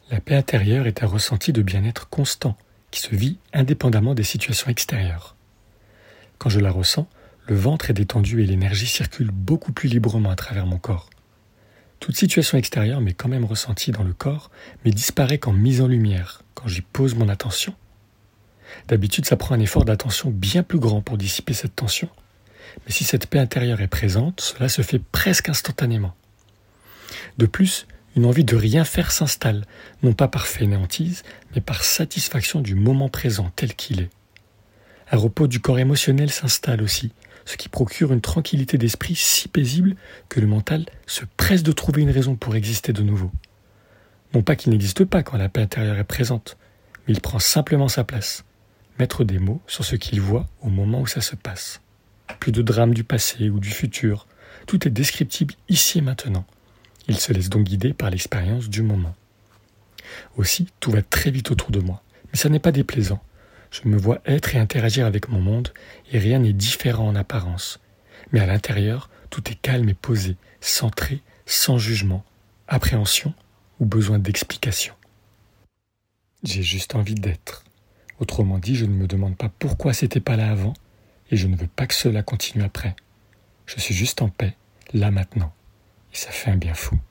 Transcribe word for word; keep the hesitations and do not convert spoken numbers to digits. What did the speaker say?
La paix intérieure est un ressenti de bien-être constant qui se vit indépendamment des situations extérieures. Quand je la ressens, le ventre est détendu et l'énergie circule beaucoup plus librement à travers mon corps. Toute situation extérieure m'est quand même ressentie dans le corps, mais disparaît qu'en mise en lumière, quand j'y pose mon attention. D'habitude, ça prend un effort d'attention bien plus grand pour dissiper cette tension. Mais si cette paix intérieure est présente, cela se fait presque instantanément. De plus, une envie de rien faire s'installe, non pas par fainéantise, mais par satisfaction du moment présent tel qu'il est. Un repos du corps émotionnel s'installe aussi, ce qui procure une tranquillité d'esprit si paisible que le mental se presse de trouver une raison pour exister de nouveau. Non pas qu'il n'existe pas quand la paix intérieure est présente, mais il prend simplement sa place, mettre des mots sur ce qu'il voit au moment où ça se passe. Plus de drame du passé ou du futur, tout est descriptible ici et maintenant. Il se laisse donc guider par l'expérience du moment. Aussi, tout va très vite autour de moi, mais ça n'est pas déplaisant. Je me vois être et interagir avec mon monde, et rien n'est différent en apparence. Mais à l'intérieur, tout est calme et posé, centré, sans jugement, appréhension ou besoin d'explication. J'ai juste envie d'être. Autrement dit, je ne me demande pas pourquoi c'était pas là avant, et je ne veux pas que cela continue après. Je suis juste en paix, là maintenant. Et ça fait un bien fou.